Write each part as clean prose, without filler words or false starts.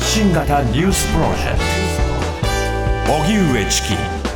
発信型ニュースプロジェクト荻上チキ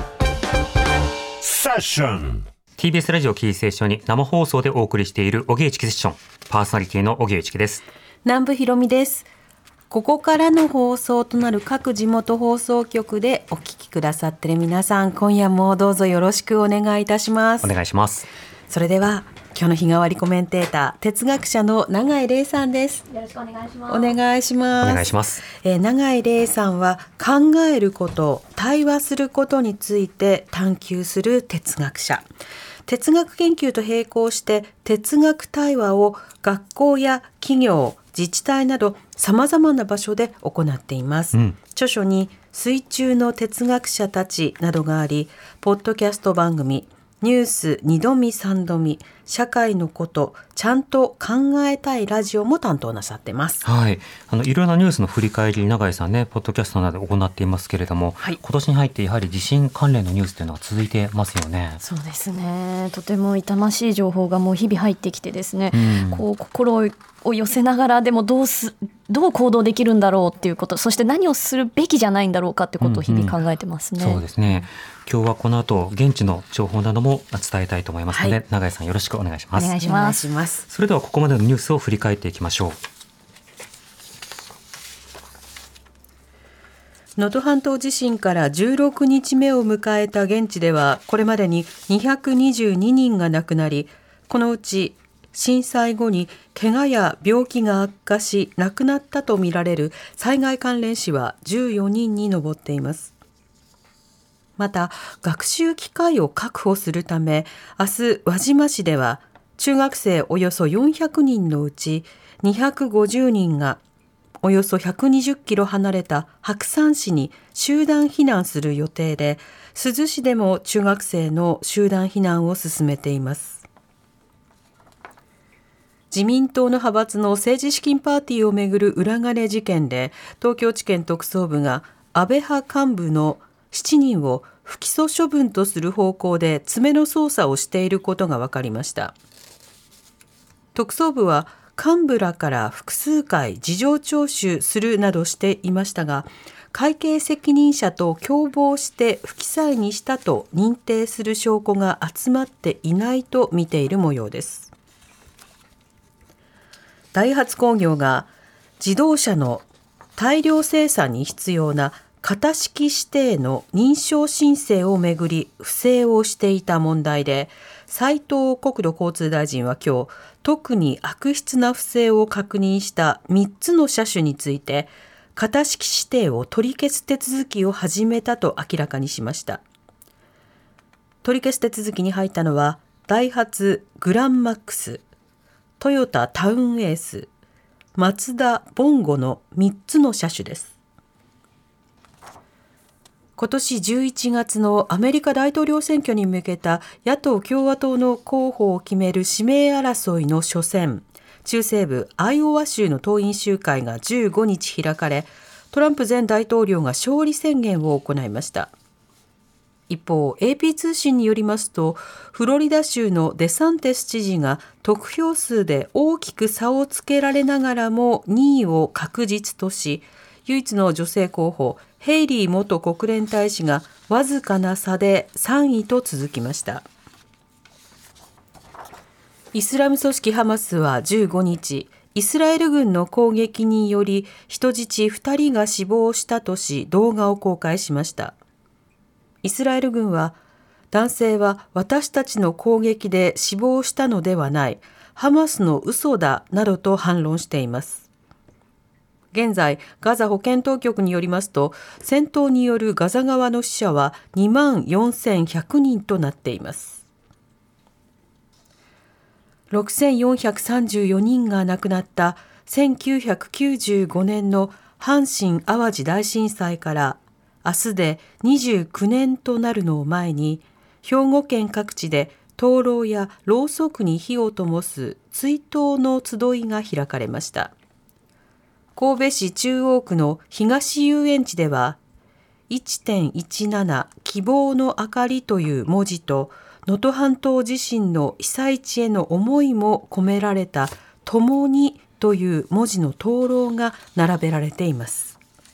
セッション。 TBS ラジオキーステーションに生放送でお送りしている荻上チキセッション、パーソナリティの荻上チキです。 南部ひろみです。ここからの放送となる各地元放送局でお聞きくださっている皆さん、今夜もどうぞよろしくお願いいたします。 お願いします。 それでは今日の日替わりコメンテーター、哲学者の永井玲さんです。 よろしくお願いします。 お願いします。 お願いします。 永井玲さんは考えること、対話することについて探求する哲学者。哲学研究と並行して哲学対話を学校や企業、自治体などさまざまな場所で行っています、著書に水中の哲学者たちなどがあり、ポッドキャスト番組ニュース2度見3度見、社会のことちゃんと考えたいラジオも担当なさってます。 はい、いろいろなニュースの振り返り、永井さんね、ポッドキャストなどで行っていますけれども、 はい、 今年に入ってやはり地震関連のニュースというのが続いてますよね。 そうですね、とても痛ましい情報がもう日々入ってきてですね、こう心を寄せながら、でもどう行動できるんだろうっていうこと、そして何をするべきじゃないんだろうかってことを日々考えてますね。 そうですね。今日はこの後現地の情報なども伝えたいと思いますので、永井さんよろしくお願いします。 お願いします。 それではここまでのニュースを振り返っていきましょう。 能登半島地震から16日目を迎えた現地では、これまでに222人が亡くなり、このうち震災後に怪我や病気が悪化し亡くなったとみられる災害関連死は14人に上っています。また学習機会を確保するため、明日輪島市では中学生およそ400人のうち250人がおよそ120キロ離れた白山市に集団避難する予定で、珠洲市でも中学生の集団避難を進めています。自民党の派閥の政治資金パーティーをめぐる裏金事件で、東京地検特捜部が安倍派幹部の7人を不起訴処分とする方向で詰めの捜査をしていることが分かりました。特捜部は幹部らから複数回事情聴取するなどしていましたが、会計責任者と共謀して不記載にしたと認定する証拠が集まっていないと見ている模様です。ダイハツ工業が自動車の大量生産に必要な型式指定の認証申請をめぐり不正をしていた問題で、斉藤国土交通大臣は今日、特に悪質な不正を確認した3つの車種について型式指定を取り消す手続きを始めたと明らかにしました。取り消す手続きに入ったのはダイハツグランマックス、トヨタタウンエース、マツダボンゴの3つの車種です。今年11月のアメリカ大統領選挙に向けた野党共和党の候補を決める指名争いの初戦、中西部アイオワ州の党員集会が15日開かれ、トランプ前大統領が勝利宣言を行いました。一方、AP 通信によりますと、フロリダ州のデサンテス知事が得票数で大きく差をつけられながらも2位を確実とし、唯一の女性候補ヘイリー元国連大使がわずかな差で3位と続きました。イスラム組織ハマスは15日、イスラエル軍の攻撃により人質2人が死亡したとし動画を公開しました。イスラエル軍は、男性は私たちの攻撃で死亡したのではない、ハマスの嘘だなどと反論しています。現在、ガザ保健当局によりますと、戦闘によるガザ側の死者は24,100人となっています。6,434人が亡くなった1995年の阪神・淡路大震災から明日で29年となるのを前に、兵庫県各地で灯籠やろうそくに火を灯す追悼の集いが開かれました。神戸市中央区の東遊園地では 1.17 希望の明かりという文字と能登半島地震の被災地への思いも込められた共にという文字の灯籠が並べられています。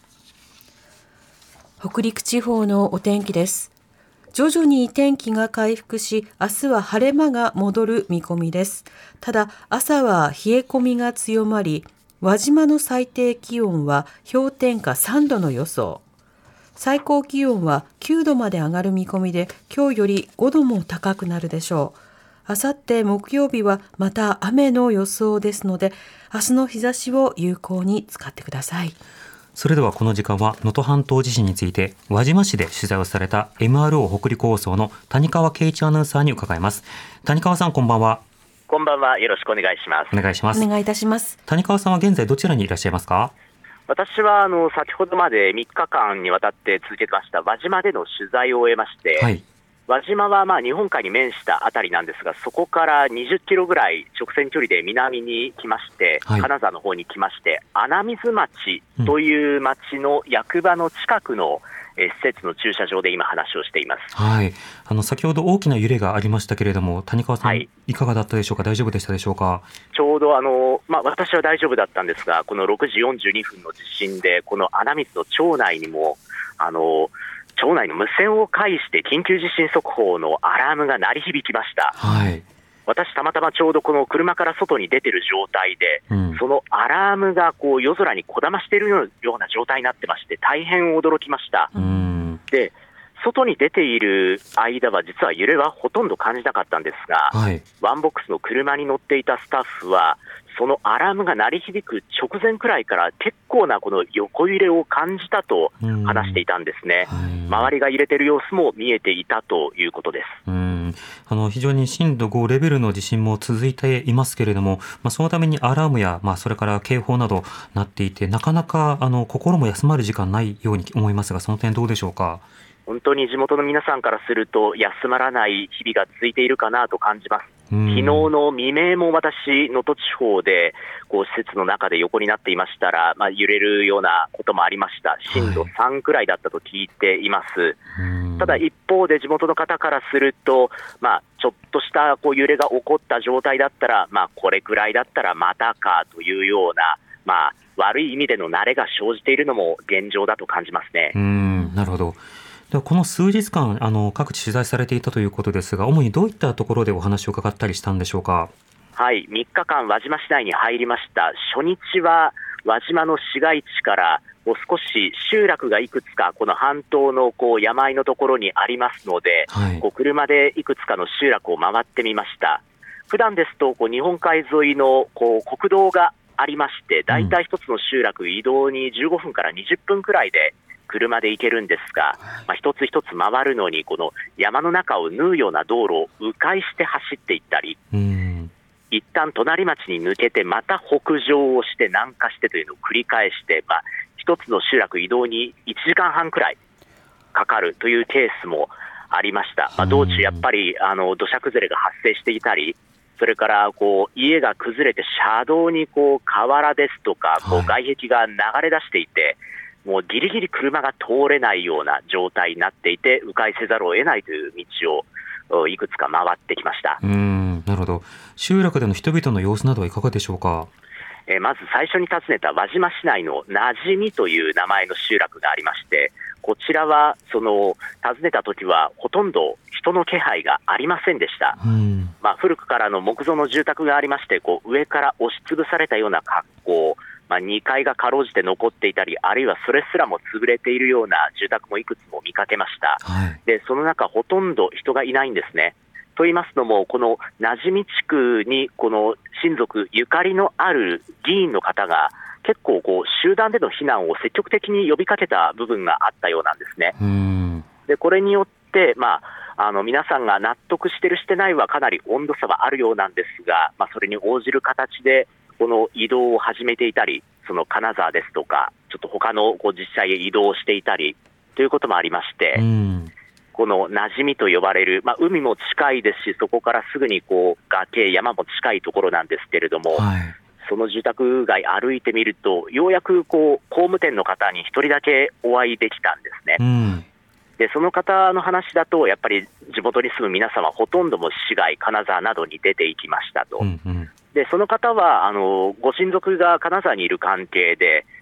北陸地方のお天気です。徐々に天気が回復し、明日は晴れ間が戻る見込みです。ただ、朝は冷え込みが強まり、輪島の最低気温は氷点下3度の予想。最高気温は9度まで上がる見込みで、今日より5度も高くなるでしょう。あさって木曜日はまた雨の予想ですので、明日の日差しを有効に使ってください。 それではこの時間は能登半島地震について輪島市で取材をされた MRO 北陸放送の谷川圭一アナウンサーに伺います。谷川さん、こんばんは。 こんばんは。よろしくお願いします。 お願いします。 お願いいたします。 谷川さんは現在どちらにいらっしゃいますか？ 私は先ほどまで3日間にわたって続けました輪島での取材を終えまして、はい、輪島は日本海に面したあたりなんですが、そこから20キロぐらい直線距離で南に来まして、はい、金沢の方に来まして、穴水町という町の役場の近くの施設の駐車場で今話をしています。 はい、先ほど大きな揺れがありましたけれども、谷川さん、はい、いかがだったでしょうか？大丈夫でしたでしょうか？ ちょうど私は大丈夫だったんですが、この6時42分の地震でこの穴水の町内にも町内の無線を介して緊急地震速報のアラームが鳴り響きました。はい、私たまたまちょうどこの車から外に出ている状態で、そのアラームが夜空にこだましているような状態になってまして、大変驚きました。で、外に出ている間は実は揺れはほとんど感じなかったんですが、はい、ワンボックスの車に乗っていたスタッフはそのアラームが鳴り響く直前くらいから結構なこの横揺れを感じたと話していたんですね。周りが揺れている様子も見えていたということです。 非常に震度5レベルの地震も続いていますけれども、そのためにアラームや、それから警報などなっていて、なかなか心も休まる時間ないように思いますが、その点どうでしょうか？ 本当に地元の皆さんからすると休まらない日々が続いているかなと感じます。昨日の未明も私、能登地方で施設の中で横になっていましたら、揺れるようなこともありました。震度3くらいだったと聞いています。ただ一方で地元の方からすると、ちょっとした揺れが起こった状態だったら、これくらいだったらまたかというような、悪い意味での慣れが生じているのも現状だと感じますね。 なるほど。ではこの数日間各地取材されていたということですが、主にどういったところでお話を伺ったりしたんでしょうか？ はい、3日間輪島市内に入りました。初日は輪島の市街地から少し集落がいくつかこの半島の山あいのところにありますので、はい、車でいくつかの集落を回ってみました。普段ですと日本海沿いの国道がありまして、だいたい一つの集落移動に15分から20分くらいで車で行けるんですが、一つ一つ回るのにこの山の中を縫うような道路を迂回して走っていったり、一旦隣町に抜けてまた北上をして南下してというのを繰り返して、一つの集落移動に1時間半くらいかかるというケースもありました。道中やっぱり土砂崩れが発生していたり、それから家が崩れて車道に瓦ですとか外壁が流れ出していて、もうギリギリ車が通れないような状態になっていて、迂回せざるを得ないという道をいくつか回ってきました。 なるほど。集落での人々の様子などはいかがでしょうか？ まず最初に訪ねた輪島市内のなじみという名前の集落がありまして、こちらは訪ねた時はほとんど人の気配がありませんでした。古くからの木造の住宅がありまして、上から押しつぶされたような格好、2階がかろうじて残っていたり、あるいはそれすらも潰れているような住宅もいくつも見かけました。でその中ほとんど人がいないんですね。と言いますのも、このなじみ地区にこの親族ゆかりのある議員の方が結構集団での避難を積極的に呼びかけた部分があったようなんですね。でこれによって皆さんが納得してるしてないはかなり温度差はあるようなんですが、それに応じる形でこの移動を始めていたり、その金沢ですとかちょっと他の自治体へ移動していたりということもありまして、このなじみと呼ばれる、海も近いですし、そこからすぐに崖山も近いところなんですけれども、その住宅街歩いてみると、ようやく工務店の方に一人だけお会いできたんですね。でその方の話だと、やっぱり地元に住む皆様ほとんども市街金沢などに出ていきましたと。でその方はご親族が金沢にいる関係で、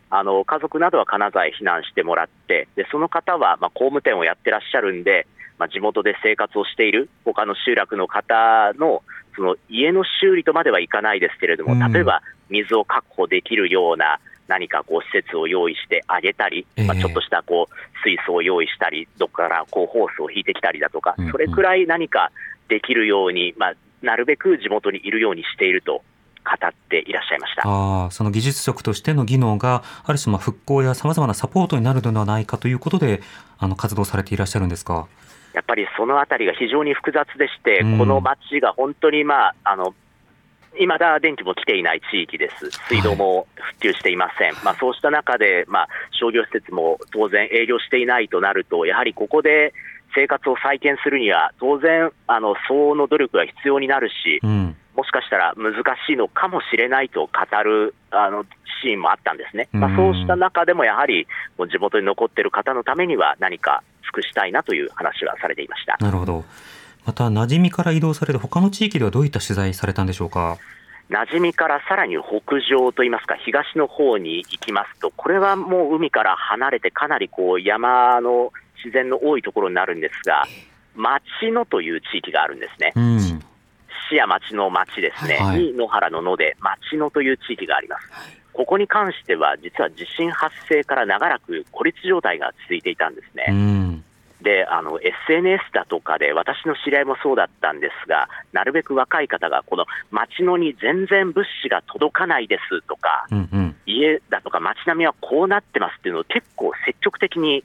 家族などは金沢へ避難してもらって、でその方は工務店をやってらっしゃるんで、地元で生活をしている他の集落の方のその家の修理とまではいかないですけれども、例えば水を確保できるような何か施設を用意してあげたり、ちょっとした水槽を用意したり、どこからホースを引いてきたりだとか、それくらい何かできるように、なるべく地元にいるようにしていると語っていらっしゃいました。 その技術職としての技能がある種復興やさまざまなサポートになるのではないかということで活動されていらっしゃるんですか。 やっぱりそのあたりが非常に複雑でして、この町が本当にいまだ電気も来ていない地域です。水道も復旧していません。そうした中で、商業施設も当然営業していないとなると、やはりここで生活を再建するには当然相応の努力が必要になるし、もしかしたら難しいのかもしれないと語るシーンもあったんですね。そうした中でもやはり地元に残っている方のためには何か尽くしたいなという話はされていました。 なるほど。また馴染みから移動される他の地域ではどういった取材されたんでしょうか。 馴染みからさらに北上といいますか、東の方に行きますと、これはもう海から離れてかなり山の自然の多いところになるんですが、町野という地域があるんですね。市や町の町ですね、に野原の野で町野という地域があります。ここに関しては実は地震発生から長らく孤立状態が続いていたんですね。でSNS だとかで私の知り合いもそうだったんですが、なるべく若い方がこの町野に全然物資が届かないですとか、家だとか町並みはこうなってますっていうのを結構積極的に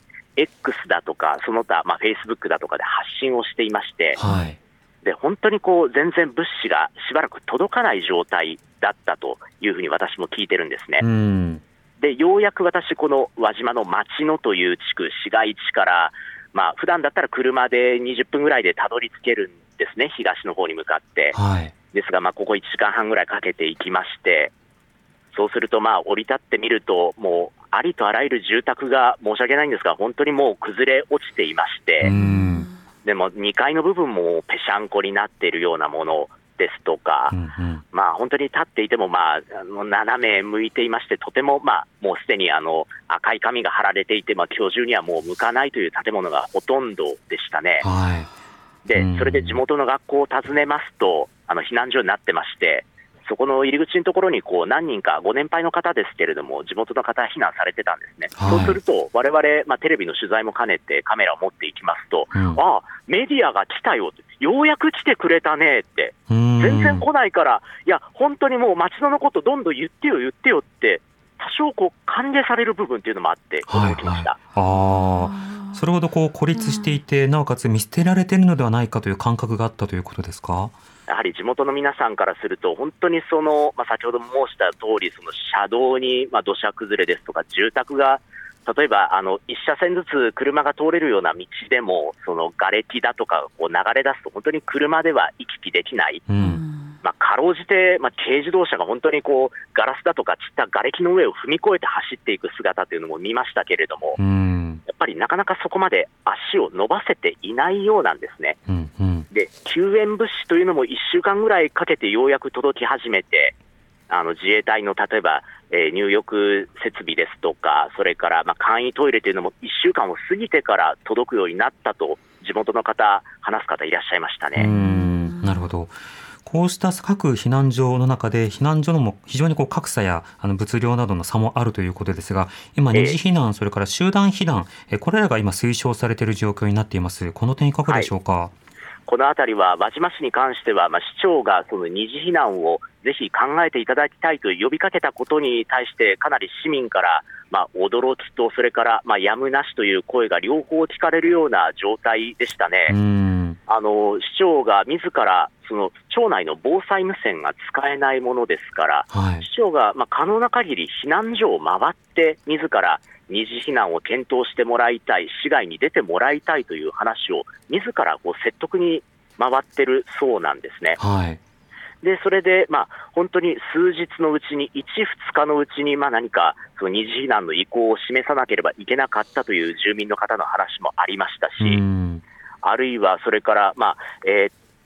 X だとかその他、Facebook だとかで発信をしていまして、で本当に全然物資がしばらく届かない状態だったというふうに私も聞いてるんですね。でようやく私この輪島の町野という地区、市街地から普段だったら車で20分ぐらいでたどり着けるんですね、東の方に向かって。ですがここ1時間半ぐらいかけて行きまして、そうすると降り立ってみるともうありとあらゆる住宅が申し訳ないんですが本当にもう崩れ落ちていまして、でも2階の部分もぺしゃんこになっているようなものですとか、本当に立っていても斜め向いていまして、とてももうすでに赤い紙が貼られていて、今日中にはもう向かないという建物がほとんどでしたね。でそれで地元の学校を訪ねますと避難所になってまして、そこの入り口のところに何人かご年配の方ですけれども地元の方避難されてたんですね。そうすると我々、テレビの取材も兼ねてカメラを持っていきますと、メディアが来たよ、ようやく来てくれたねって、全然来ないから、いや本当にもう町野のことどんどん言ってよって多少歓迎される部分っていうのもあって驚きました。 それほど孤立していて、なおかつ見捨てられているのではないかという感覚があったということですか。 やはり地元の皆さんからすると本当に先ほども申した通り、その車道に土砂崩れですとか住宅が例えば一車線ずつ車が通れるような道でもその瓦礫だとか流れ出すと本当に車では行き来できない、かろうじて軽自動車が本当にガラスだとか散った瓦礫の上を踏み越えて走っていく姿というのも見ましたけれども、やっぱりなかなかそこまで足を伸ばせていないようなんですね。で救援物資というのも1週間ぐらいかけてようやく届き始めて、自衛隊の例えば、入浴設備ですとか、それから簡易トイレというのも1週間を過ぎてから届くようになったと地元の方話す方いらっしゃいましたね。 なるほど。こうした各避難所の中で避難所のも非常に格差や物量などの差もあるということですが、今二次避難、それから集団避難、これらが今推奨されている状況になっています。この点いかがでしょうか。 このあたりは輪島市に関しては、市長がその二次避難をぜひ考えていただきたいと呼びかけたことに対してかなり市民から驚きとそれからやむなしという声が両方聞かれるような状態でしたね。市長が自らその町内の防災無線が使えないものですから、市長が可能な限り避難所を回って自ら二次避難を検討してもらいたい、市外に出てもらいたいという話を自ら説得に回ってるそうなんですね。でそれで本当に数日のうちに1、2日のうちに何かその二次避難の意向を示さなければいけなかったという住民の方の話もありましたし、あるいはそれから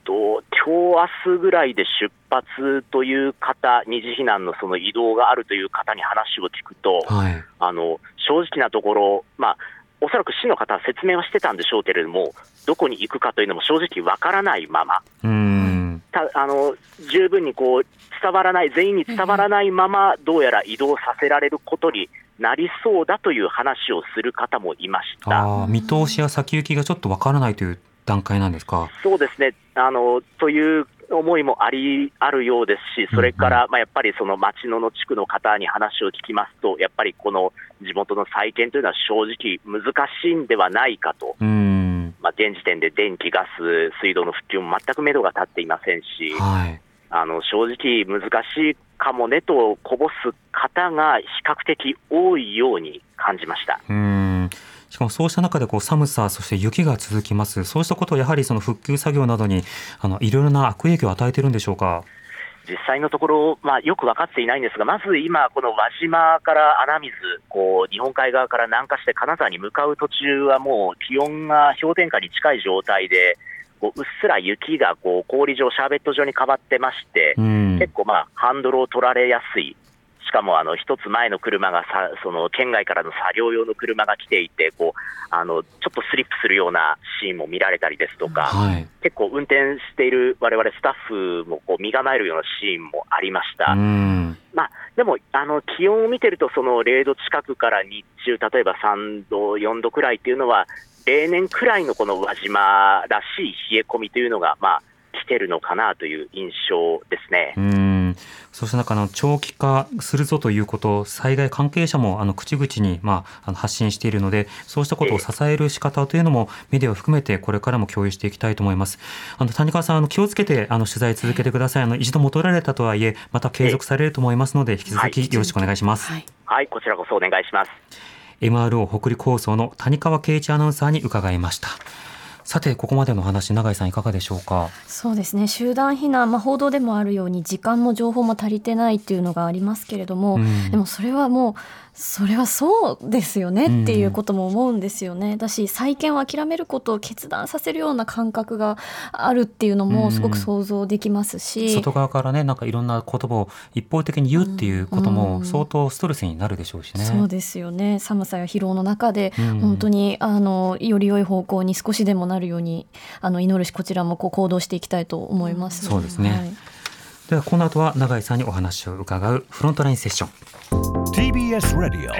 今日明日ぐらいで出発という方、二次避難のその移動があるという方に話を聞くと、 はい、 正直なところ、おそらく市の方は説明はしてたんでしょうけれども、どこに行くかというのも正直わからないまま、十分に伝わらない、全員に伝わらないまま、どうやら移動させられることになりそうだという話をする方もいました。 見通しや先行きがちょっとわからないという段階なんですか。 そうですね、という思いもあるようですし、それから、やっぱりその町野の地区の方に話を聞きますと、やっぱりこの地元の再建というのは正直難しいんではないかと。現時点で電気、ガス、水道の復旧も全く目処が立っていませんし、正直難しいかもねとこぼす方が比較的多いように感じました。 しかもそうした中で寒さ、そして雪が続きます。そうしたことをやはりその復旧作業などにいろいろな悪影響を与えているんでしょうか。 実際のところ、よく分かっていないんですが、まず今、この輪島から穴水、日本海側から南下して金沢に向かう途中はもう気温が氷点下に近い状態で、うっすら雪が氷状、シャーベット状に変わってまして、結構ハンドルを取られやすい。しかも一つ前の車がその県外からの作業用の車が来ていて、ちょっとスリップするようなシーンも見られたりですとか、結構運転している我々スタッフも身構えるようなシーンもありました。でも気温を見てると、その0度近くから日中、例えば3度、4度くらいっていうのは、例年くらいのこの輪島らしい冷え込みというのが、来てるのかなという印象ですね。 そうした中長期化するぞということ、災害関係者も口々に発信しているので、そうしたことを支える仕方というのもメディアを含めてこれからも共有していきたいと思います。谷川さん、気をつけて取材続けてください。一度戻られたとはいえまた継続されると思いますので、引き続きよろしくお願いします。 はい、こちらこそお願いします。 MRO 北陸放送の谷川圭一アナウンサーに伺いました。さて、ここまでの話、永井さんいかがでしょうか。 そうですね、集団避難、報道でもあるように時間も情報も足りてないっていうのがありますけれども、でもそれはそうですよねっていうことも思うんですよね。だし、再建を諦めることを決断させるような感覚があるっていうのもすごく想像できますし、 外側からね、いろんな言葉を一方的に言うっていうことも相当ストレスになるでしょうしね。 そうですよね。寒さや疲労の中で本当により良い方向に少しでもなるように祈るし、こちらも行動していきたいと思います。 そうですね。ではこの後は永井さんにお話を伺うフロントラインセッション。 TBS ラディオ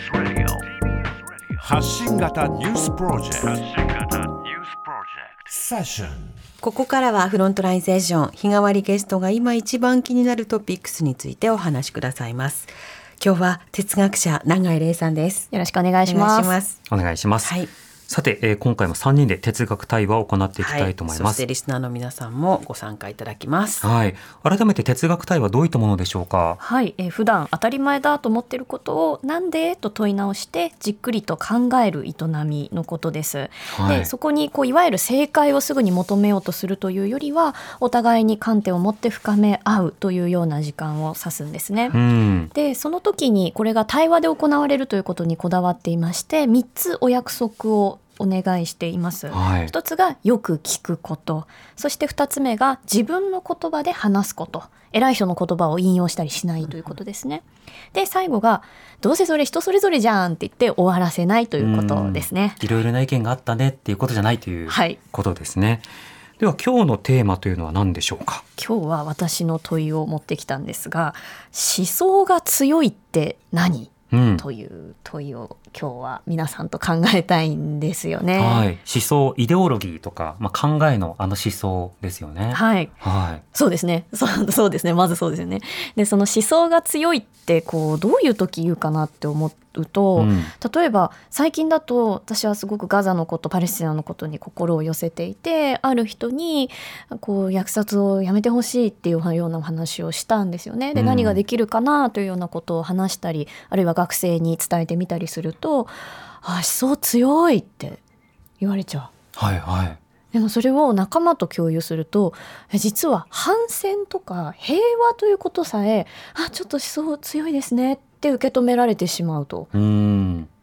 発信型ニュースプロジェクトセッション。 ここからはフロントラインセッション、日替わりゲストが今一番気になるトピックスについてお話しくださいます。今日は哲学者永井玲さんです。 よろしくお願いします。 お願いします。さて、今回も3人で哲学対話を行っていきたいと思います。 そしてリスナーの皆さんもご参加いただきます。 改めて哲学対話、どういったものでしょうか。 普段当たり前だと思っていることをなんでと問い直してじっくりと考える営みのことです。でそこにいわゆる正解をすぐに求めようとするというよりは、お互いに観点を持って深め合うというような時間を指すんですね。でその時にこれが対話で行われるということにこだわっていまして、3つお約束をお願いしています。一つがよく聞くこと、そして2つ目が自分の言葉で話すこと、偉い人の言葉を引用したりしないということですね。で最後がどうせそれ人それぞれじゃんって言って終わらせないということですね。 いろいろな意見があったねっていうことじゃないということですね。では今日のテーマというのは何でしょうか。 今日は私の問いを持ってきたんですが、思想が強いって何？という問いを今日は皆さんと考えたいんですよね。 思想、イデオロギーとか、考えの思想ですよね。 そうですね。そうですね。まずそうですよね。でその思想が強いってどういう時言うかなって思うと、例えば最近だと私はすごくガザのこと、パレスチナのことに心を寄せていて、ある人に虐殺をやめてほしいっていうようなお話をしたんですよね。で何ができるかなというようなことを話したり、あるいは学生に伝えてみたりすると、思想強いって言われちゃう。でもそれを仲間と共有すると、実は反戦とか平和ということさえ、ちょっと思想強いですねって受け止められてしまうと。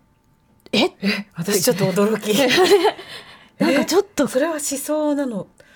私ちょっと驚き。 なんかちょっとそれは思想なの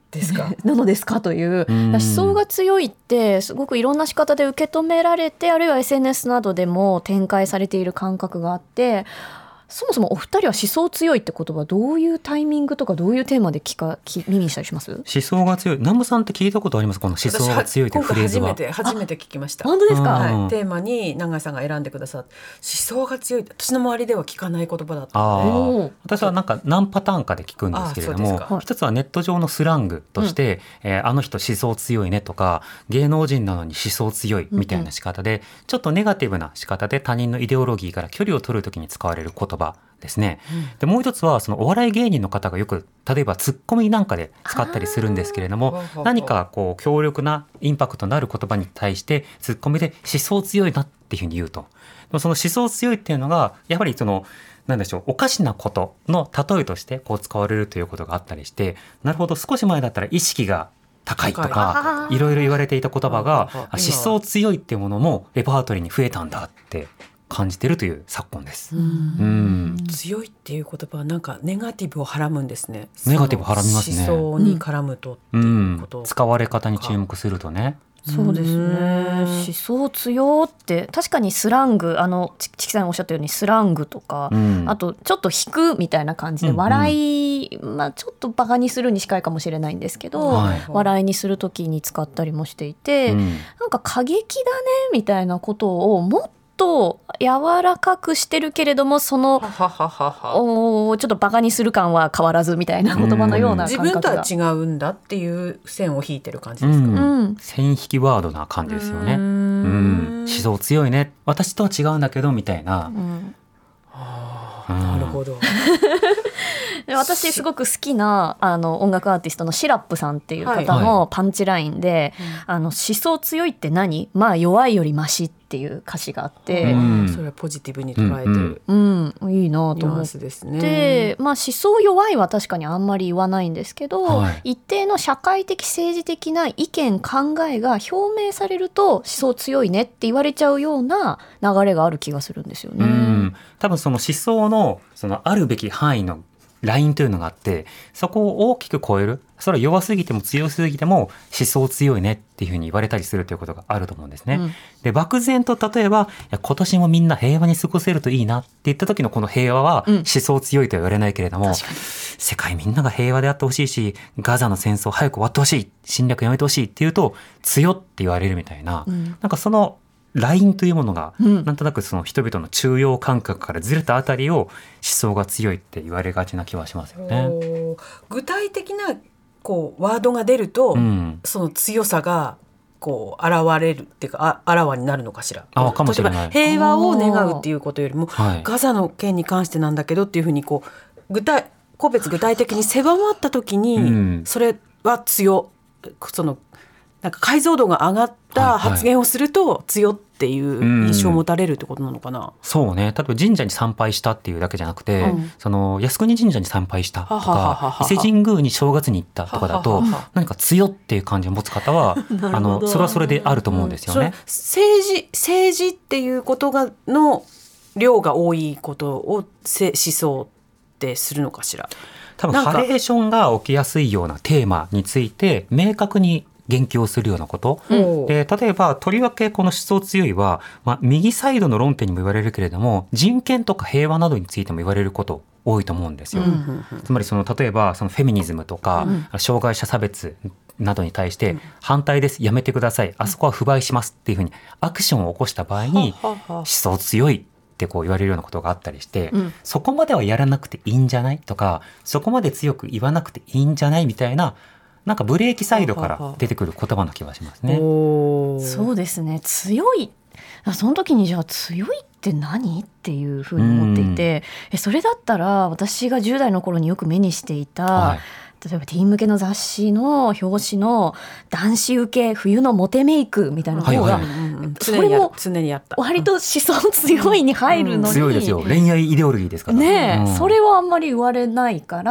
ですかなのですかという、思想が強いってすごくいろんな仕方で受け止められて、あるいは SNS などでも展開されている感覚があって、そもそもお二人は思想強いって言葉、どういうタイミングとかどういうテーマで耳にしたりします？ 思想が強い、南部さんって聞いたことあります？この思想が強いというフレーズは。 今回初めて聞きました。 本当ですか？ はい、テーマに永井さんが選んでくださって、思想が強い、私の周りでは聞かない言葉だったので。 私はなんか何パターンかで聞くんですけれども、一つはネット上のスラングとして、あの人思想強いねとか、芸能人なのに思想強いみたいな仕方で、ちょっとネガティブな仕方で他人のイデオロギーから距離を取るときに使われる言葉ですね。でもう一つはそのお笑い芸人の方がよく例えばツッコミなんかで使ったりするんですけれども、何かこう強力なインパクトのある言葉に対してツッコミで思想強いなっていうふうに言うと、でもその思想強いっていうのがやはりそのなんでしょう、おかしなことの例えとしてこう使われるということがあったりして、なるほど、少し前だったら意識が高いとかいろいろ言われていた言葉が思想強いっていうものもレパートリーに増えたんだって感じてるという昨今です。 強いっていう言葉はなんかネガティブをはらむんですね。 ネガティブはらみますね。 思想に絡むとっていうこと、 使われ方に注目するとね。 そうですね。思想強って確かにスラング、チキさんがおっしゃったようにスラングとか、あとちょっと引くみたいな感じで笑い、ちょっとバカにするに近いかもしれないんですけど、笑いにするときに使ったりもしていて、なんか過激だねみたいなことをもっと柔らかくしてるけれども、そのちょっとバカにする感は変わらずみたいな言葉のような感覚が、 自分とは違うんだっていう線を引いてる感じですか？ 線引きワードな感じですよね。思想強いね、私とは違うんだけどみたいな。 なるほど。 私すごく好きな音楽アーティストのシラップさんっていう方のパンチラインで、思想強いって何？まあ弱いよりマシっていう歌詞があって、 それはポジティブに捉えてる、 いいなと思って、思想弱いは確かにあんまり言わないんですけど、一定の社会的政治的な意見考えが表明されると思想強いねって言われちゃうような流れがある気がするんですよね。 多分その思想のそのあるべき範囲のラインというのがあって、そこを大きく超える、それは弱すぎても強すぎても思想強いねっていうふうに言われたりするということがあると思うんですね。で、漠然と例えば今年もみんな平和に過ごせるといいなって言った時のこの平和は思想強いとは言われないけれども、世界みんなが平和であってほしいし、ガザの戦争早く終わってほしい、侵略やめてほしいっていうと強って言われるみたいな、なんかそのラインというものが、なんとなくその人々の中庸感覚からずれたあたりを思想が強いって言われがちな気はしますよね。 具体的なこうワードが出ると、その強さがこう現れるっていうか、あらわになるのかしら。 かもしれない。 例えば平和を願うっていうことよりも、ガザの件に関してなんだけどっていうふうにこう個別具体的に狭まった時に、それはそのなんか解像度が上がった発言をすると強っていう印象を持たれるってことなのかな。 そうね。例えば神社に参拝したっていうだけじゃなくて、その靖国神社に参拝したとか、伊勢神宮に正月に行ったとかだと、何か強っていう感じを持つ方はそれはそれであると思うんですよね。 政治っていうことの量が多いことを思想ってするのかしら。 多分ハレーションが起きやすいようなテーマについて明確に言及をするようなこと、で例えばとりわけこの思想強いは、右サイドの論点にも言われるけれども、人権とか平和などについても言われること多いと思うんですよ。つまり例えばそのフェミニズムとか、障害者差別などに対して反対です、やめてください、あそこは不買しますっていうふうにアクションを起こした場合に思想強いってこう言われるようなことがあったりして、そこまではやらなくていいんじゃないとか、そこまで強く言わなくていいんじゃないみたいな、なんかブレーキサイドから出てくる言葉な気がしますね。 そうですね。強い、その時にじゃあ強いって何っていうふうに思っていて、それだったら私が10代の頃によく目にしていた、例えばティーン向けの雑誌の表紙の男子受け冬のモテメイクみたいな方が、それも割と思想強いに入るのに、 強いですよ。恋愛イデオロギーですからね。それはあんまり言われないから、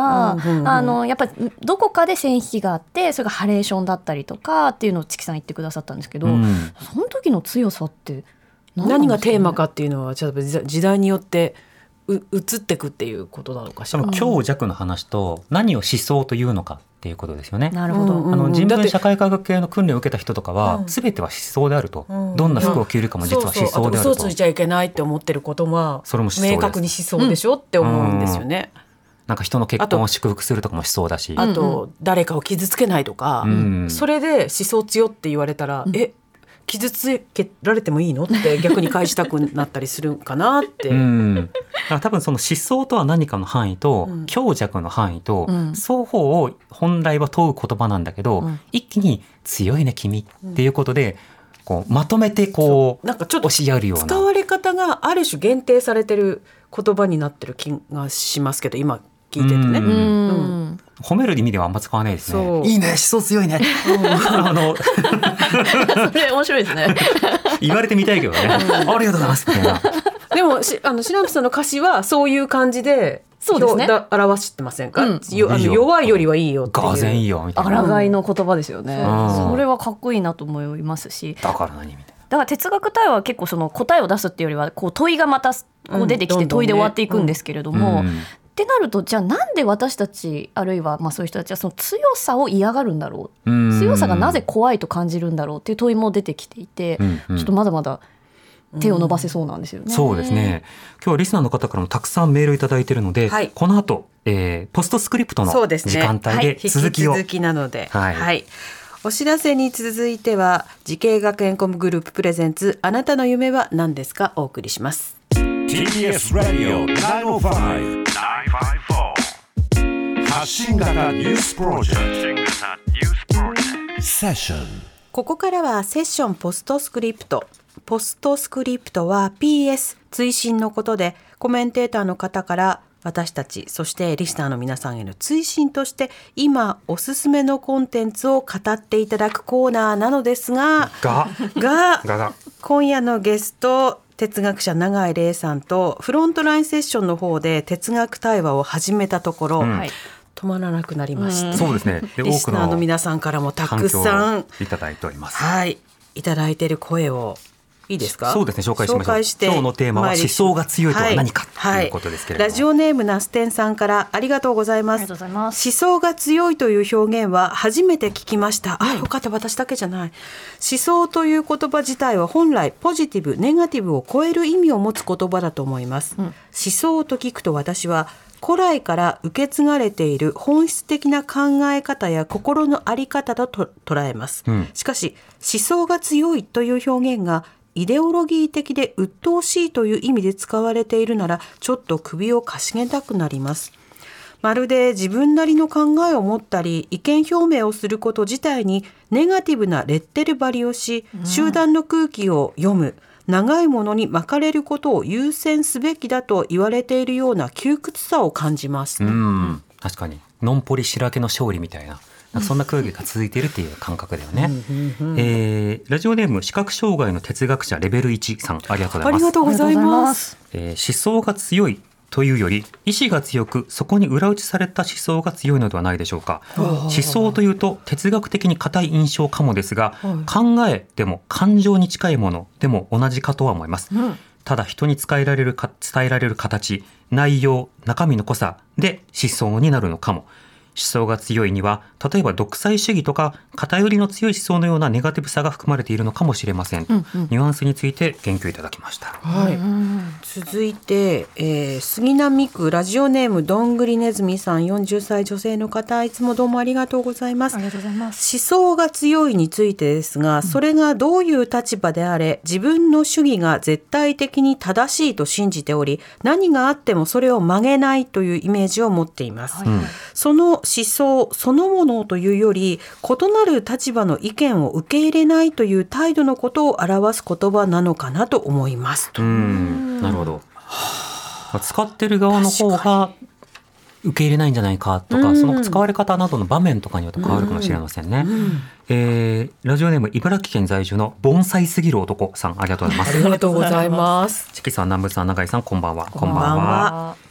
やっぱりどこかで線引きがあって、それがハレーションだったりとかっていうのをチキさん言ってくださったんですけど、その時の強さって何がテーマかっていうのはちょっと時代によって移ってくっていうことなのかしら。 強弱の話と何を思想というのかっていうことですよね。 なるほど。 人文社会科学系の訓練を受けた人とかは、全ては思想であると、どんな服を着るかも実は思想であると、 嘘ついちゃいけないって思ってることはそれも思想です。 明確に思想でしょって思うんですよね。 なんか人の結婚を祝福するとかも思想だし、 あと誰かを傷つけないとか、それで思想強って言われたら、傷つけられてもいいのって逆に返したくなったりするかなって。 だから多分その思想とは何かの範囲と、強弱の範囲と、双方を本来は問う言葉なんだけど、一気に強いね君っていうことで、こうまとめてこうなんかちょっと押しやるような使われ方がある種限定されてる言葉になってる気がしますけど、今聞いててね。 褒める意味ではあんま使わないですね。いいね、思想強いね。 それ面白いですね。 言われてみたいけどね。ありがとうございますみたいな。 でも白木さんの歌詞はそういう感じでそうですね、 表してませんか？弱いよりはいいよっていう。 がぜんいいよみたいな。 抗いの言葉ですよね。それはかっこいいなと思いますし。 だから何みたいな。 だから哲学対話は結構その答えを出すっていうよりはこう問いがまたこう出てきて問いで終わっていくんですけれども、ってなるとじゃあなんで私たちあるいはまあそういう人たちはその強さを嫌がるんだろう、強さがなぜ怖いと感じるんだろうっていう問いも出てきていて、ちょっとまだまだ手を伸ばせそうなんですよね。 そうですね。今日はリスナーの方からもたくさんメールいただいているので、この後、ポストスクリプトの時間帯で続きを、 引き続きなので、お知らせに続いては慈恵学園コムグループプレゼンツあなたの夢は何ですかお送りします。 TBS ラジオ905-954発信型ニュースプロジェクトセッション。 ここからはセッションポストスクリプト。ポストスクリプトは PS 追伸のことで、コメンテーターの方から私たちそしてリスナーの皆さんへの追伸として今おすすめのコンテンツを語っていただくコーナーなのですが今夜のゲスト哲学者永井玲さんとフロントラインセッションの方で哲学対話を始めたところ、止まらなくなりまして、 そうですね。でリスナーの皆さんからもたくさんいただいております。 いただいている声をいいですか？ そうですね、紹介しましょう。今日のテーマは思想が強いとは何かということですけれども、 ラジオネームナステンさんからありがとうございます。思想が強いという表現は初めて聞きました。よかった、私だけじゃない。思想という言葉自体は本来ポジティブネガティブを超える意味を持つ言葉だと思います。思想と聞くと私は古来から受け継がれている本質的な考え方や心の在り方だと捉えます。しかし思想が強いという表現がイデオロギー的で鬱陶しいという意味で使われているならちょっと首をかしげたくなります。まるで自分なりの考えを持ったり意見表明をすること自体にネガティブなレッテル張りをし、集団の空気を読む長いものに巻かれることを優先すべきだと言われているような窮屈さを感じます。 確かにのんぽり白けの勝利みたいなそんな空気が続いているっていう感覚だよね。ラジオネーム視覚障害の哲学者レベル1さん、ありがとうございます。 ありがとうございます。 思想が強いというより意志が強くそこに裏打ちされた思想が強いのではないでしょうか。思想というと哲学的に固い印象かもですが、考えでも感情に近いものでも同じかとは思います。ただ人に伝えられる形、内容、中身の濃さで思想になるのかも。思想が強いには例えば独裁主義とか偏りの強い思想のようなネガティブさが含まれているのかもしれません、ニュアンスについて言及いただきました。 続いて、杉並区ラジオネームどんぐりねずみさん、40歳女性の方、いつもどうもありがとうございます。 ありがとうございます。 思想が強いについてですが、それがどういう立場であれ自分の主義が絶対的に正しいと信じており、何があってもそれを曲げないというイメージを持っています、その思想そのものというより異なる立場の意見を受け入れないという態度のことを表す言葉なのかなと思いますと。 なるほど。使ってる側の方が受け入れないんじゃないかとか、その使われ方などの場面とかによって変わるかもしれませんね。ラジオネーム茨城県在住の盆栽すぎる男さん、ありがとうございます。 ありがとうございます。 チキさん、南部さん、永井さん、こんばんは。 こんばんは。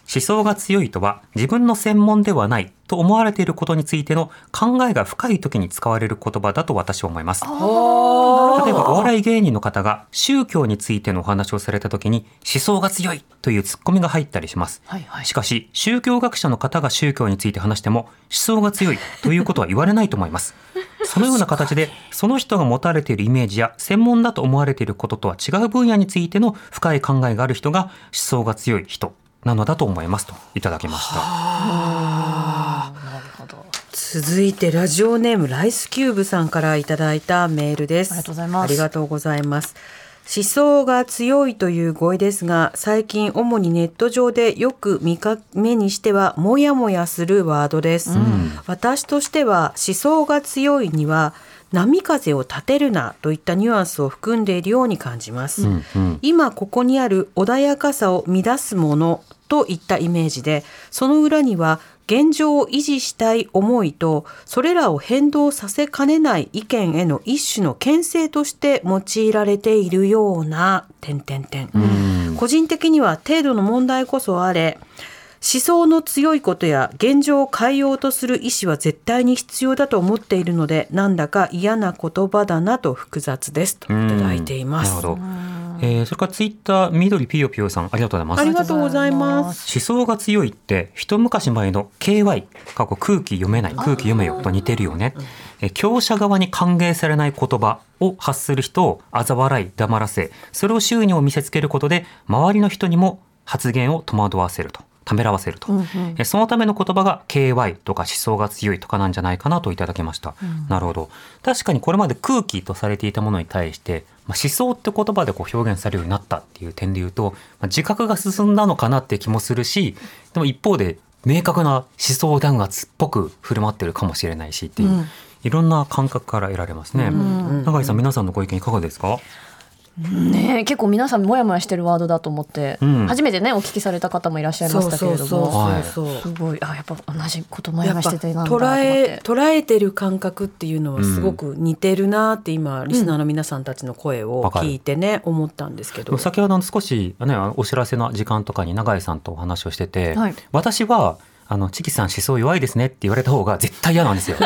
思想が強いとは自分の専門ではないと思われていることについての考えが深い時に使われる言葉だと私は思います。例えばお笑い芸人の方が宗教についてのお話をされた時に思想が強いというツッコミが入ったりします。しかし宗教学者の方が宗教について話しても思想が強いということは言われないと思います。そのような形でその人が持たれているイメージや専門だと思われていることとは違う分野についての深い考えがある人が思想が強い人なのだと思いますといただきました。 なるほど。 続いてラジオネームライスキューブさんからいただいたメールです。 ありがとうございます。 ありがとうございます。思想が強いという語彙ですが、最近主にネット上でよく目にしてはもやもやするワードです、私としては思想が強いには波風を立てるなといったニュアンスを含んでいるように感じます、今ここにある穏やかさを乱すものといったイメージで、その裏には現状を維持したい思いとそれらを変動させかねない意見への一種の牽制として用いられているような個人的には程度の問題こそあれ、思想の強いことや現状を変えようとする意思は絶対に必要だと思っているので、なんだか嫌な言葉だなと複雑ですといただいています。 なるほど。それからツイッター緑ピヨピヨさん、ありがとうございます。 ありがとうございます。 思想が強いって一昔前の KY 過去空気読めない空気読めよと似てるよね。強者側に歓迎されない言葉を発する人を嘲笑い黙らせ、それを周囲に見せつけることで周りの人にも発言を戸惑わせると、ためらわせると、そのための言葉が KY とか思想が強いとかなんじゃないかなといただきました、なるほど。確かにこれまで空気とされていたものに対して思想って言葉で表現されるようになったっていう点で言うと、自覚が進んだのかなって気もするし、でも一方で明確な思想弾圧っぽく振る舞ってるかもしれないしっていう、いろんな感覚から得られますね。永井さん、皆さんのご意見いかがですか？ ね、結構皆さんもやもやしてるワードだと思って、初めてねお聞きされた方もいらっしゃいましたけれども、すごいやっぱ同じこともやもやしててなんだと思って、 捉えてる感覚っていうのはすごく似てるなって今、リスナーの皆さんたちの声を聞いてね、思ったんですけど、 先ほど少し、ね、お知らせの時間とかに永井さんとお話をしてて、私はチキさん思想弱いですねって言われた方が絶対嫌なんですよ。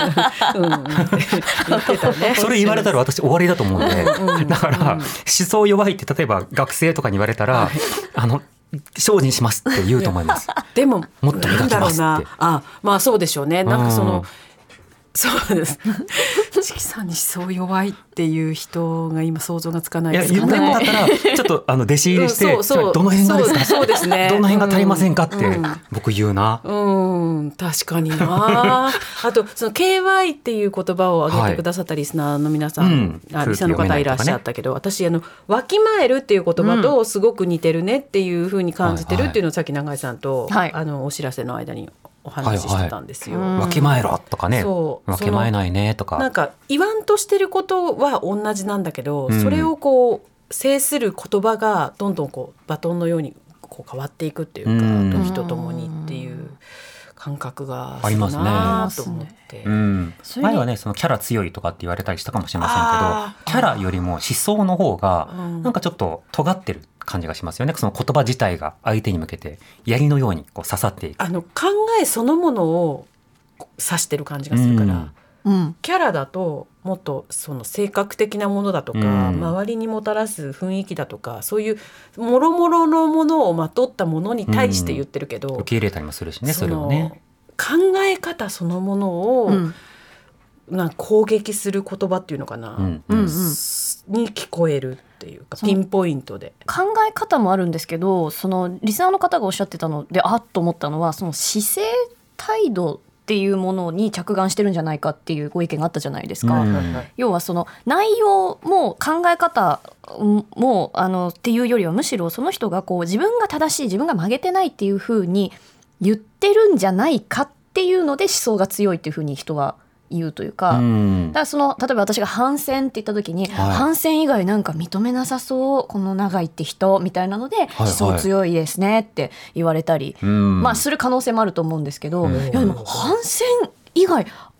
それ言われたら私終わりだと思うんで、だから思想弱いって例えば学生とかに言われたら精進しますって言うと思います。 でももっと磨きますって。 まあそうでしょうね。なんかそうです。チキさんに思想弱いっていう人が今想像がつかないですかね。 言ってもだったらちょっと弟子入りしてどの辺がですか、 そうですね、 どの辺が足りませんかって僕言うな。 確かにな。あとその KY っていう言葉を挙げてくださったリスナーの皆さん、リスナーの方いらっしゃったけど、私わきまえるっていう言葉とすごく似てるねっていうふうに感じてるっていうのをさっき永井さんと、お知らせの間にお話ししてたんですよ。 わきまえろとかね、わきまえないねとか、 なんか言わんとしてることは同じなんだけど、それをこう制する言葉がどんどんこうバトンのようにこう変わっていくっていうか、時とともにっていう感覚がするなと思って、 前はねそのキャラ強いとかって言われたりしたかもしれませんけど、キャラよりも思想の方がなんかちょっと尖ってる感じがしますよね。その言葉自体が相手に向けて槍のようにこう刺さっていく、 考えそのものを指してる感じがするから、キャラだともっとその性格的なものだとか、周りにもたらす雰囲気だとか、そういうもろもろのものをまとったものに対して言ってるけど、 受け入れたりもするしね、それをね、 考え方そのものを、攻撃する言葉っていうのかな、に聞こえるっていうか、ピンポイントで考え方もあるんですけど、そのリスナーの方がおっしゃってたのでと思ったのは、その姿勢態度っていうものに着眼してるんじゃないかっていうご意見があったじゃないですか、要はその内容も考え方もっていうよりは、むしろその人がこう自分が正しい、自分が曲げてないっていうふうに言ってるんじゃないかっていうので思想が強いっていうふうに人は言うというか、だから例えば私が反戦って言った時に、反戦以外なんか認めなさそうこの永井って人みたいなので、思想強いですねって言われたり、する可能性もあると思うんですけど、いやでも反戦以外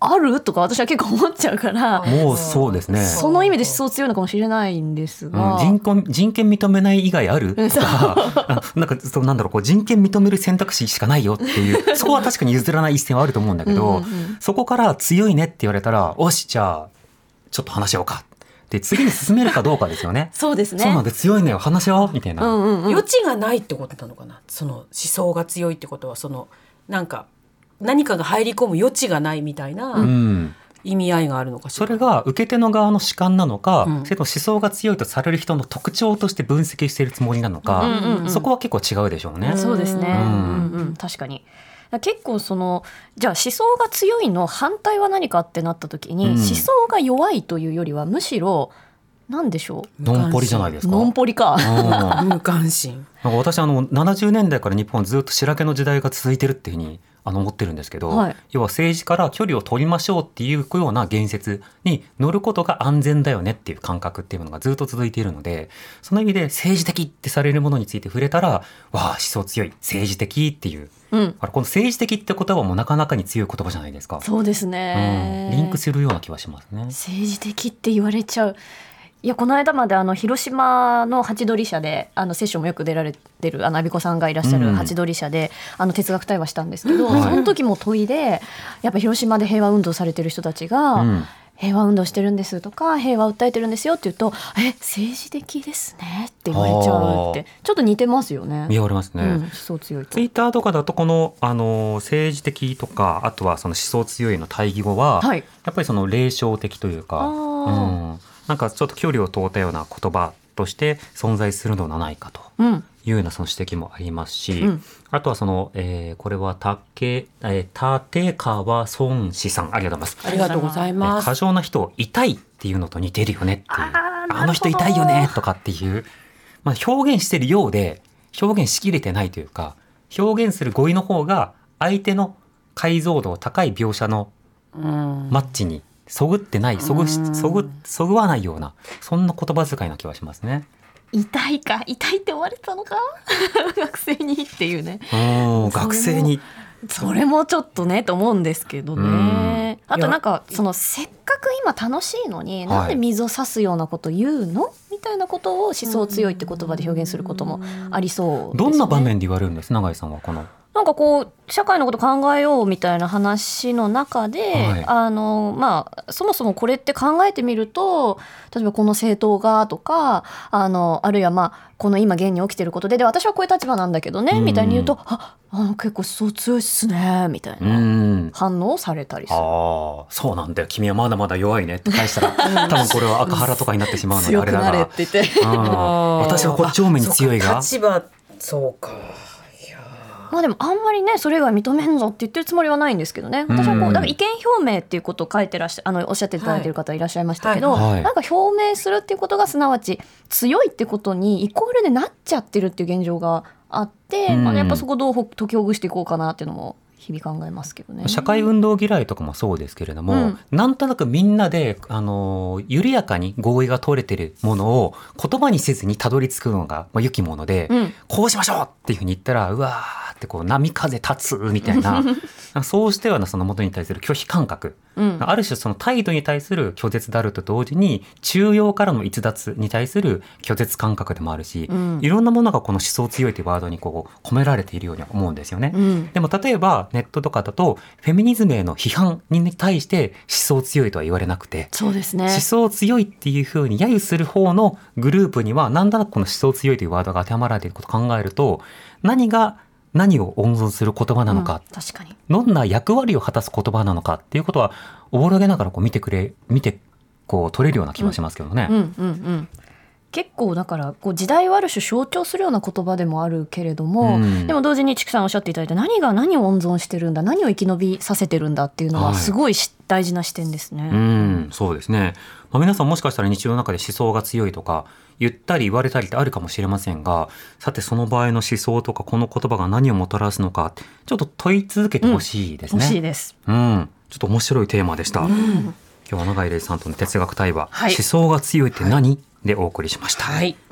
あるとか私は結構思っちゃうからもうそうですね。 その意味で思想強いのかもしれないんですが、 人権認めない以外あるとかなんかそうなんだろう、こう人権認める選択肢しかないよっていうそこは確かに譲らない一線はあると思うんだけどそこから強いねって言われたらおしじゃあちょっと話しようかで次に進めるかどうかですよね。 そうですね。 そうなんで強いねよ話しようみたいな、 余地がないってことなのかな。その思想が強いってことはなんか何かが入り込む余地がないみたいな意味合いがあるのかしら。 それが受け手の側の主観なのか、それとも思想が強いとされる人の特徴として分析しているつもりなのか、そこは結構違うでしょうね。 そうですね、確かに。結構じゃあ思想が強いの反対は何かってなった時に、思想が弱いというよりはむしろ何でしょう、 のんぽりじゃないですか。 のんぽりか無関心。 なんか私70年代から日本はずっと白毛の時代が続いてるっていうふうに思ってるんですけど、要は政治から距離を取りましょうっていうような言説に乗ることが安全だよねっていう感覚っていうのがずっと続いているので、その意味で政治的ってされるものについて触れたらわあ思想強い政治的っていう、この政治的って言葉もなかなかに強い言葉じゃないですか。 そうですね、 リンクするような気はしますね。 政治的って言われちゃう。いやこの間まで広島のハチドリ社でセッションもよく出られてるアビコさんがいらっしゃるハチドリ社で、哲学対話したんですけど、その時も問いでやっぱ広島で平和運動されてる人たちが、平和運動してるんですとか平和訴えてるんですよって言うと政治的ですねって言われちゃうってちょっと似てますよね。 見られますね、 思想強いと。 ツイッターとかだとこの、政治的とかあとはその思想強いの対義語は、やっぱりその霊障的というか、なんかちょっと距離を問うたような言葉として存在するのではないかというようなその指摘もありますし、あとはこれは立川孫子さん、ありがとうございます。 ありがとうございます。 過剰な人を痛いっていうのと似てるよねっていう、あの人痛いよねとかっていう、表現してるようで表現しきれてないというか、表現する語彙の方が相手の解像度高い描写のマッチにそぐってない、そぐわないようなそんな言葉遣いな気はしますね。 痛いって言われたのか学生にっていうね。 学生にそれもちょっとねと思うんですけどね。あとなんかせっかく今楽しいのになんで水を差すようなこと言うのみたいなことを思想強いって言葉で表現することもありそうですね。 どんな場面で言われるんです永井さんは。 なんか社会のこと考えようみたいな話の中で、そもそもこれって考えてみると例えばこの政党がとかあるいはこの今現に起きてることで私はこういう立場なんだけどねみたいに言うと結構そう強いっすねみたいな反応をされたりする。 そうなんだよ君はまだまだ弱いねって返したら多分これは赤腹とかになってしまうのであれだが強くなれって言って私はこっち方面に強いが立場そうか。 でもあんまりねそれ以外認めんぞって言ってるつもりはないんですけどね。私はだから意見表明っていうことを書いてらっしゃおっしゃっていただいてる方いらっしゃいましたけど、なんか表明するっていうことがすなわち強いってことにイコールでなっちゃってるっていう現状があって、やっぱそこどう解きほぐしていこうかなっていうのも日々考えますけどね。 社会運動嫌いとかもそうですけれども、なんとなくみんなで緩やかに合意が取れてるものを言葉にせずにたどり着くのが良きもので、こうしましょうっていうふうに言ったらうわーって波風立つみたいなそうしたようなその元に対する拒否感覚、ある種その態度に対する拒絶であると同時に中庸からの逸脱に対する拒絶感覚でもあるし、いろんなものがこの思想強いというワードに込められているように思うんですよね。でも例えばネットとかだとフェミニズムへの批判に対して思想強いとは言われなくて、 そうですね、 思想強いっていうふうに揶揄する方のグループには何となくこの思想強いというワードが当てはまられていることを考えると、何を温存する言葉なのか、 確かにどんな役割を果たす言葉なのかっていうことはおぼろげながら見て取れるような気もしますけどね。 結構だから時代をある種象徴するような言葉でもあるけれども、でも同時に筑さんおっしゃっていただいた何が何を温存してるんだ、何を生き延びさせてるんだっていうのはすごい大事な視点ですね。 そうですね。皆さんもしかしたら日常の中で思想が強いとか言ったり言われたりってあるかもしれませんが、さてその場合の思想とかこの言葉が何をもたらすのかちょっと問い続けてほしいですね。 欲しいです。 ちょっと面白いテーマでした。今日は永井玲さんとの哲学対話、思想が強いって何でお送りしました。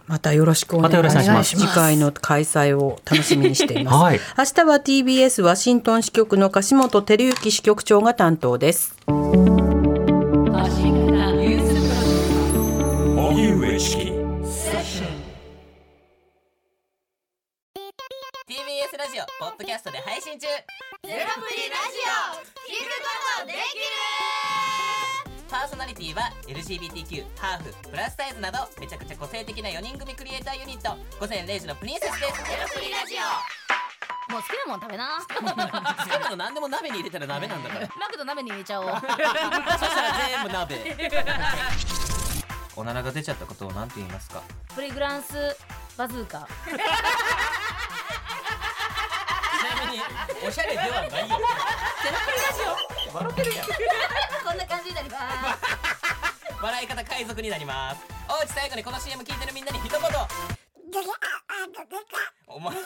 またよろしくお願いします。次回の開催を楽しみにしています。はい、明日は TBS ワシントン支局の樫本照之支局長が担当です。 荻上チキ TBS ラジオポッドキャストで配信中。ゼロプリラジオ聞くことできる。パーソナリティは LGBTQ、ハーフ、プラスサイズなどめちゃくちゃ個性的な4人組クリエイターユニット午前0時のプリンセスです。ゼロプリラジオもう好きなもん食べな。 好きなの何でも鍋に入れたら鍋なんだから。 マクド鍋に入れちゃおう。 そしたら全部鍋。おならが出ちゃったことを何て言いますか？ プリグランスバズーカ。 ちなみにおしゃれではないよ。ゼロプリラジオ笑ってるやん。 こんな感じになります。 笑い方海賊になります。おうち最後にこの CM 聞いてるみんなに一言。お前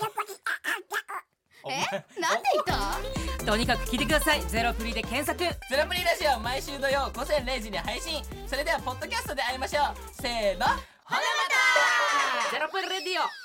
なんで言った？ とにかく聞いてください。ゼロプリで検索。ゼロプリラジオ毎週土曜午前0時に配信。それではポッドキャストで会いましょう。せーの、ほなまた。ゼロプリラディオ。